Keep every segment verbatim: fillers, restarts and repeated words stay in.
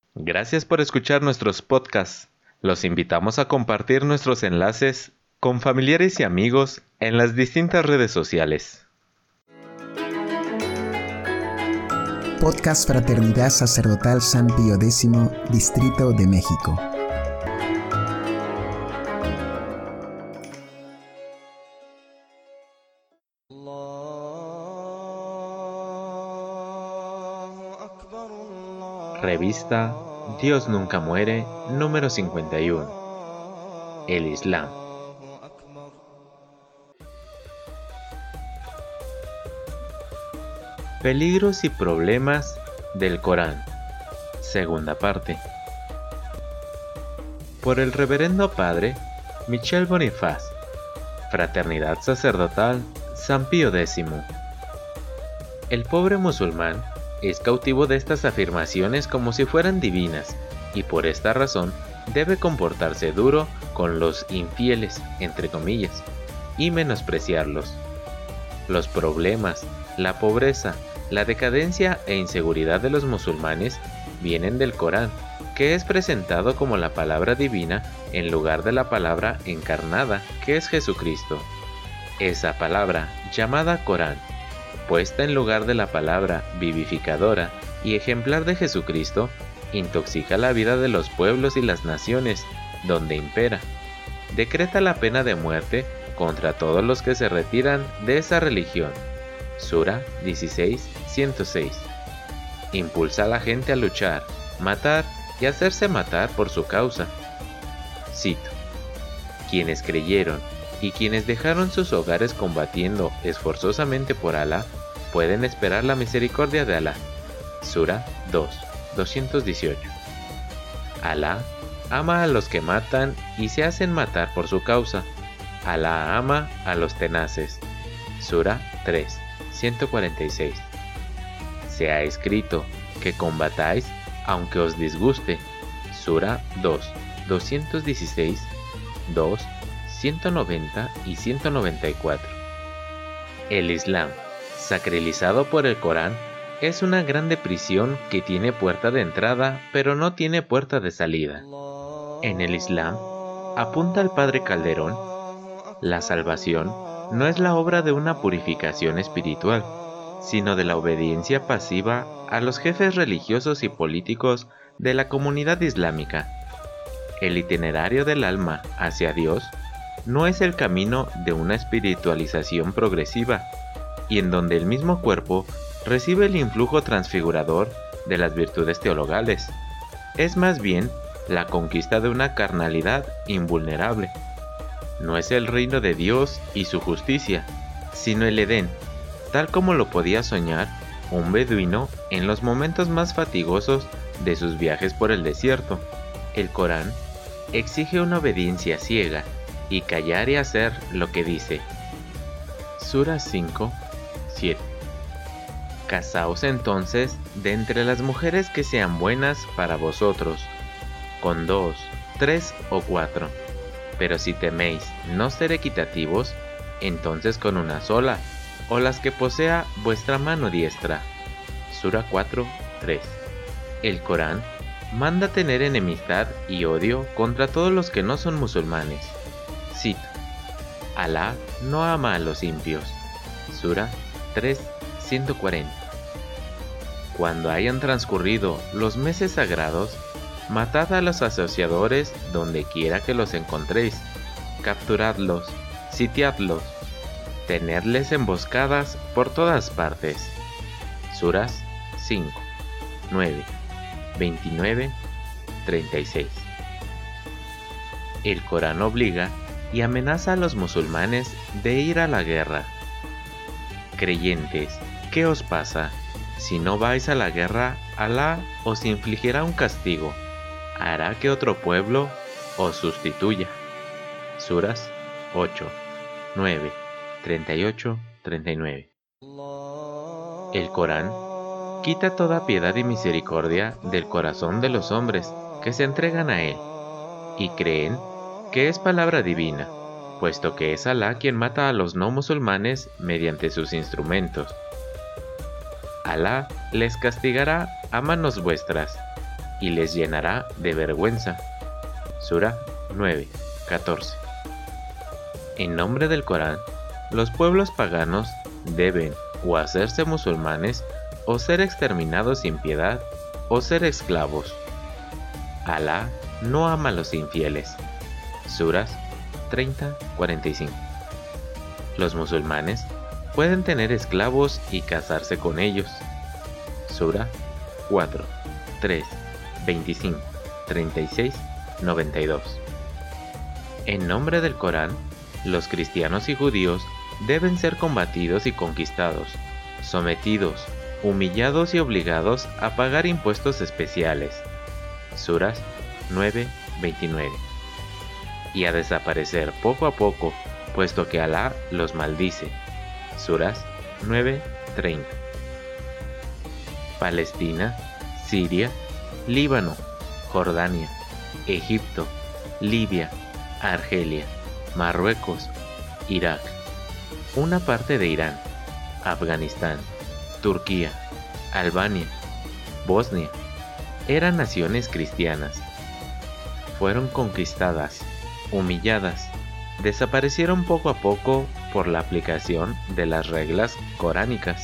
Gracias por escuchar nuestros podcasts. Los invitamos a compartir nuestros enlaces con familiares y amigos en las distintas redes sociales. Podcast Fraternidad Sacerdotal San Pío X, Distrito de México. Revista Dios Nunca Muere, número cincuenta y uno. El Islam. Peligros y problemas del Corán. Segunda parte. Por el Reverendo Padre Michel Bonifaz, Fraternidad Sacerdotal San Pío X. El pobre musulmán es cautivo de estas afirmaciones como si fueran divinas, y por esta razón debe comportarse duro con los infieles, entre comillas, y menospreciarlos. Los problemas, la pobreza, la decadencia e inseguridad de los musulmanes vienen del Corán, que es presentado como la palabra divina en lugar de la palabra encarnada, que es Jesucristo. Esa palabra, llamada Corán, puesta en lugar de la palabra vivificadora y ejemplar de Jesucristo, intoxica la vida de los pueblos y las naciones donde impera. Decreta la pena de muerte contra todos los que se retiran de esa religión. Sura dieciséis, ciento seis. Impulsa a la gente a luchar, matar y hacerse matar por su causa. Cito: quienes creyeron y quienes dejaron sus hogares combatiendo esforzosamente por Alá, pueden esperar la misericordia de Alá. Sura dos, doscientos dieciocho. Alá ama a los que matan y se hacen matar por su causa. Alá ama a los tenaces. Sura tres, ciento cuarenta y seis. Se ha escrito que combatáis aunque os disguste. Sura dos, doscientos dieciséis, dos, ciento noventa y ciento noventa y cuatro. El Islam, sacralizado por el Corán, es una grande prisión que tiene puerta de entrada, pero no tiene puerta de salida. En el Islam, apunta el Padre Calderón, la salvación no es la obra de una purificación espiritual, sino de la obediencia pasiva a los jefes religiosos y políticos de la comunidad islámica. El itinerario del alma hacia Dios no es el camino de una espiritualización progresiva, y en donde el mismo cuerpo recibe el influjo transfigurador de las virtudes teologales. Es más bien la conquista de una carnalidad invulnerable. No es el reino de Dios y su justicia, sino el Edén, tal como lo podía soñar un beduino en los momentos más fatigosos de sus viajes por el desierto. El Corán exige una obediencia ciega y callar y hacer lo que dice. Sura cinco, siete. Casaos entonces de entre las mujeres que sean buenas para vosotros, con dos, tres o cuatro. Pero si teméis no ser equitativos, entonces con una sola, o las que posea vuestra mano diestra. Sura cuatro, tres. El Corán manda tener enemistad y odio contra todos los que no son musulmanes. Cito: Alá no ama a los impios. Sura tres, ciento cuarenta. Cuando hayan transcurrido los meses sagrados, matad a los asociadores donde quiera que los encontréis, capturadlos, sitiadlos, tenedles emboscadas por todas partes. Suras cinco, nueve, veintinueve, treinta y seis. El Corán obliga y amenaza a los musulmanes de ir a la guerra. Creyentes, ¿qué os pasa? Si no vais a la guerra, Alá os infligirá un castigo. Hará que otro pueblo os sustituya. Suras ocho, nueve, treinta y ocho, treinta y nueve. El Corán quita toda piedad y misericordia del corazón de los hombres que se entregan a él y creen que es palabra divina, puesto que es Alá quien mata a los no musulmanes mediante sus instrumentos. Alá les castigará a manos vuestras. y les llenará de vergüenza. Sura nueve, catorce. En nombre del Corán, los pueblos paganos deben o hacerse musulmanes o ser exterminados sin piedad o ser esclavos. Alá no ama a los infieles. Suras treinta, cuarenta y cinco. Los musulmanes pueden tener esclavos y casarse con ellos. Sura cuatro, tres, veinticinco, treinta y seis, noventa y dos. En nombre del Corán, los cristianos y judíos deben ser combatidos y conquistados, sometidos, humillados y obligados a pagar impuestos especiales. Suras nueve, veintinueve. Y a desaparecer poco a poco, puesto que Alá los maldice. Suras nueve, treinta. Palestina, Siria, Líbano, Jordania, Egipto, Libia, Argelia, Marruecos, Irak, una parte de Irán, Afganistán, Turquía, Albania, Bosnia, eran naciones cristianas. Fueron conquistadas, humilladas, desaparecieron poco a poco por la aplicación de las reglas coránicas.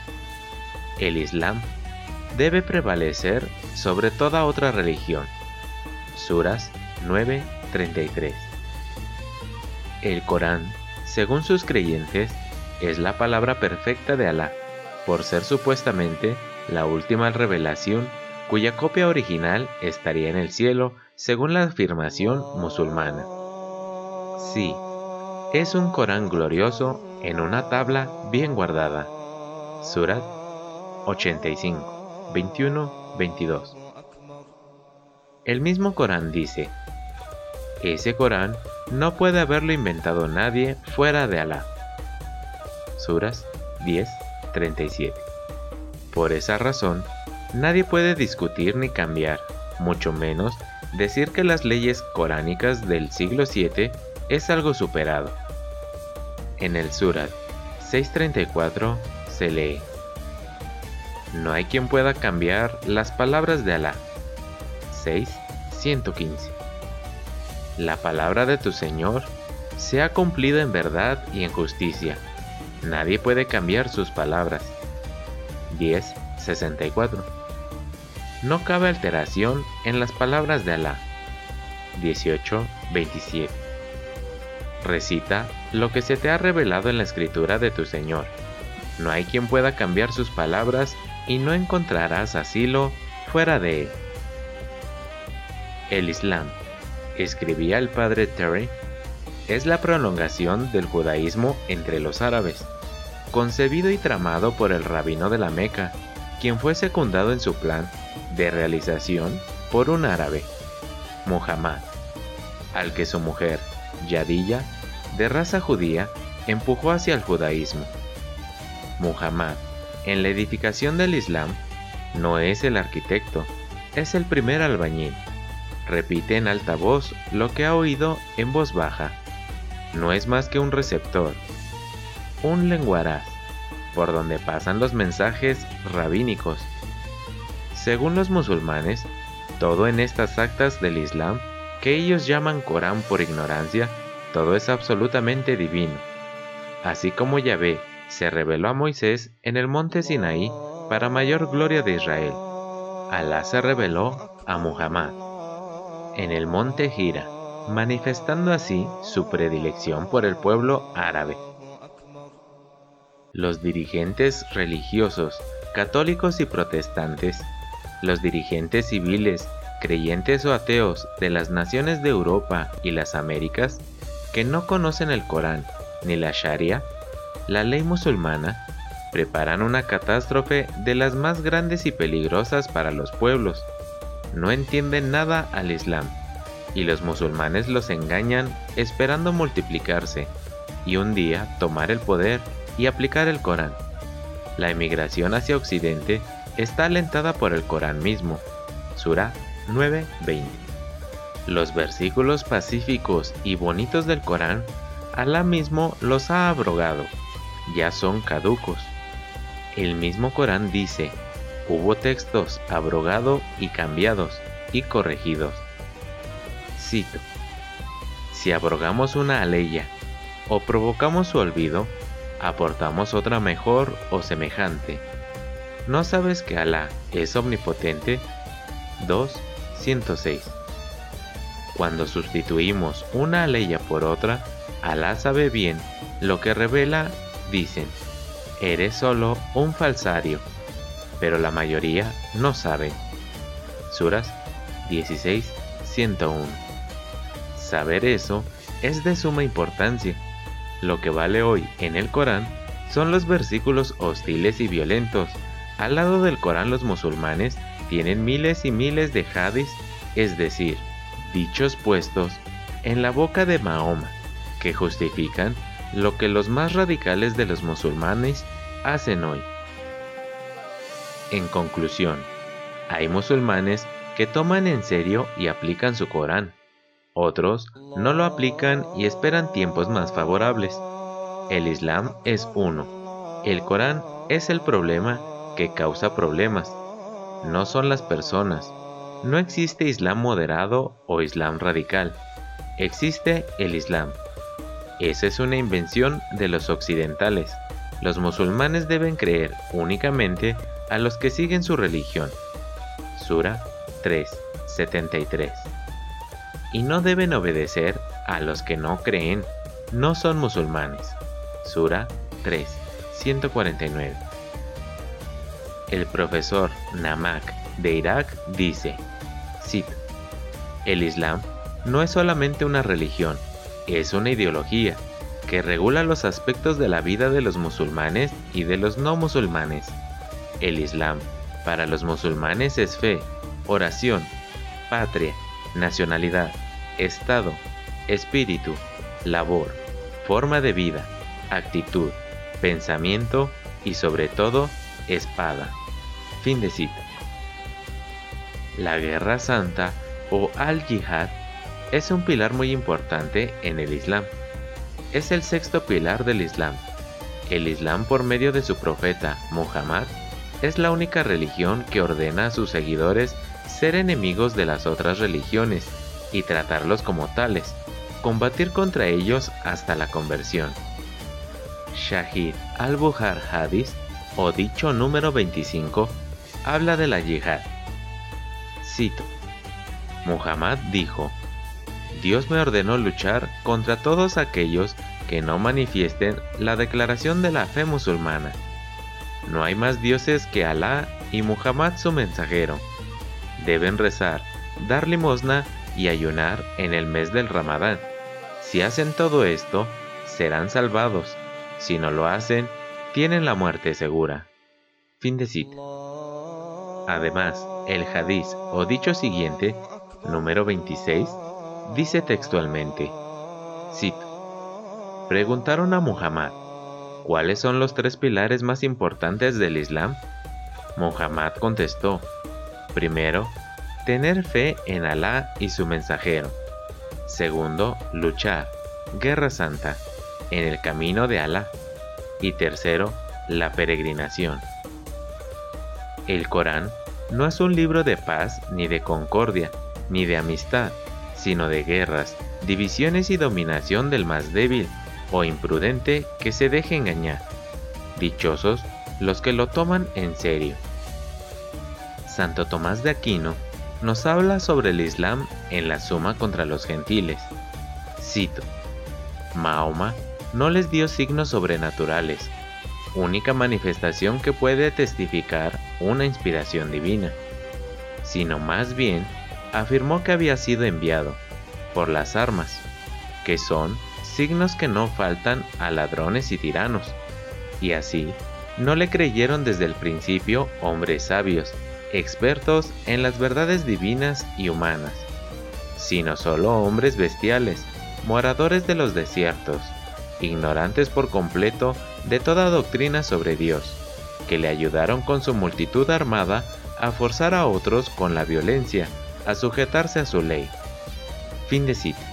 El Islam debe prevalecer sobre toda otra religión. Suras nueve, treinta y tres. El Corán, según sus creyentes, es la palabra perfecta de Alá, por ser supuestamente la última revelación cuya copia original estaría en el cielo, según la afirmación musulmana. Sí, es un Corán glorioso en una tabla bien guardada. Surat ochenta y cinco, veintiuno, veintidós. El mismo Corán dice: ese Corán no puede haberlo inventado nadie fuera de Alá. Suras diez, treinta y siete. Por esa razón, nadie puede discutir ni cambiar, mucho menos decir que las leyes coránicas del siglo siete es algo superado. En el Surat seiscientos treinta y cuatro se lee: no hay quien pueda cambiar las palabras de Alá. seis, ciento quince. La palabra de tu Señor se ha cumplido en verdad y en justicia. Nadie puede cambiar sus palabras. diez, sesenta y cuatro. No cabe alteración en las palabras de Alá. dieciocho, veintisiete. Recita lo que se te ha revelado en la escritura de tu Señor. No hay quien pueda cambiar sus palabras y no encontrarás asilo fuera de él. El Islam, escribía el padre Terry, es la prolongación del judaísmo entre los árabes, concebido y tramado por el rabino de la Meca, quien fue secundado en su plan de realización por un árabe, Muhammad, al que su mujer, Yadilla, de raza judía, empujó hacia el judaísmo. Muhammad, en la edificación del Islam, no es el arquitecto, es el primer albañil. Repite en alta voz lo que ha oído en voz baja. No es más que un receptor, un lenguaraz, por donde pasan los mensajes rabínicos. Según los musulmanes, todo en estas actas del Islam, que ellos llaman Corán por ignorancia, todo es absolutamente divino. Así como Yahvé se reveló a Moisés en el monte Sinaí para mayor gloria de Israel, Alá se reveló a Muhammad en el monte Hira, manifestando así su predilección por el pueblo árabe. Los dirigentes religiosos, católicos y protestantes, los dirigentes civiles, creyentes o ateos de las naciones de Europa y las Américas, que no conocen el Corán ni la Sharia, la ley musulmana, preparan una catástrofe de las más grandes y peligrosas para los pueblos. No entienden nada al Islam, y los musulmanes los engañan esperando multiplicarse, y un día tomar el poder y aplicar el Corán. La emigración hacia Occidente está alentada por el Corán mismo. Surah nueve, veinte. Los versículos pacíficos y bonitos del Corán, Alá mismo los ha abrogado, ya son caducos. El mismo Corán dice: hubo textos abrogados y cambiados y corregidos. Cito: si abrogamos una aleya o provocamos su olvido, aportamos otra mejor o semejante. ¿No sabes que Alá es omnipotente? dos ciento seis. Cuando sustituimos una aleya por otra, Alá sabe bien lo que revela. Dicen: eres solo un falsario, pero la mayoría no sabe. Suras dieciséis ciento uno. Saber eso es de suma importancia. Lo que vale hoy en el Corán son los versículos hostiles y violentos. Al lado del Corán, los musulmanes tienen miles y miles de hadís, es decir, dichos puestos en la boca de Mahoma, que justifican lo que los más radicales de los musulmanes hacen hoy. En conclusión, hay musulmanes que toman en serio y aplican su Corán. Otros no lo aplican y esperan tiempos más favorables. El Islam es uno. El Corán es el problema que causa problemas. No son las personas. No existe Islam moderado o Islam radical. Existe el Islam. Esa es una invención de los occidentales. Los musulmanes deben creer únicamente a los que siguen su religión. Sura tres setenta y tres. Y no deben obedecer a los que no creen, no son musulmanes. Sura tres ciento cuarenta y nueve. El profesor Namak de Irak dice, cito: el Islam no es solamente una religión, es una ideología que regula los aspectos de la vida de los musulmanes y de los no musulmanes. El Islam para los musulmanes es fe, oración, patria, nacionalidad, estado, espíritu, labor, forma de vida, actitud, pensamiento y sobre todo, espada. Fin de cita. La Guerra Santa o Al-Jihad es un pilar muy importante en el Islam. Es el sexto pilar del Islam. El Islam, por medio de su profeta Muhammad, es la única religión que ordena a sus seguidores ser enemigos de las otras religiones y tratarlos como tales, combatir contra ellos hasta la conversión. Shahid al-Buhar Hadith, o dicho número veinticinco, habla de la yihad. Cito: Muhammad dijo: Dios me ordenó luchar contra todos aquellos que no manifiesten la declaración de la fe musulmana. No hay más dioses que Alá y Muhammad su mensajero. Deben rezar, dar limosna y ayunar en el mes del Ramadán. Si hacen todo esto, serán salvados. Si no lo hacen, tienen la muerte segura. Fin de cita. Además, el hadiz o dicho siguiente, número veintiséis, dice textualmente, cito: preguntaron a Muhammad, ¿cuáles son los tres pilares más importantes del Islam? Muhammad contestó: primero, tener fe en Alá y su mensajero. Segundo, luchar, guerra santa, en el camino de Alá. Y tercero, la peregrinación. El Corán no es un libro de paz, ni de concordia, ni de amistad, sino de guerras, divisiones y dominación del más débil o imprudente que se deje engañar. Dichosos los que lo toman en serio. Santo Tomás de Aquino nos habla sobre el Islam en la Suma contra los gentiles. Cito: Mahoma no les dio signos sobrenaturales, única manifestación que puede testificar una inspiración divina, sino más bien afirmó que había sido enviado por las armas, que son signos que no faltan a ladrones y tiranos, y así no le creyeron desde el principio hombres sabios, expertos en las verdades divinas y humanas, sino solo hombres bestiales, moradores de los desiertos, ignorantes por completo de toda doctrina sobre Dios, que le ayudaron con su multitud armada a forzar a otros con la violencia a sujetarse a su ley. Fin de cita.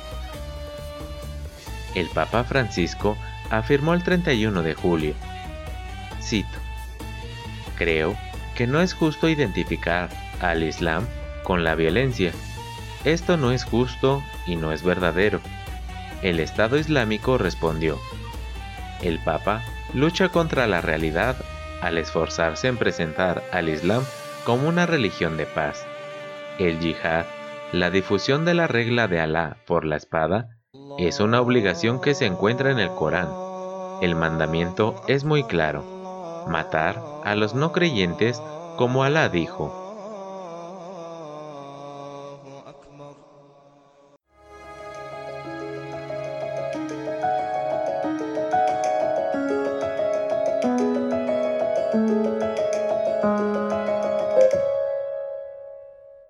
El Papa Francisco afirmó el treinta y uno de julio, cito: creo que que no es justo identificar al Islam con la violencia. Esto no es justo y no es verdadero. El Estado Islámico respondió: el Papa lucha contra la realidad al esforzarse en presentar al Islam como una religión de paz. El yihad, la difusión de la regla de Alá por la espada, es una obligación que se encuentra en el Corán. El mandamiento es muy claro: matar a los no creyentes como Alá dijo.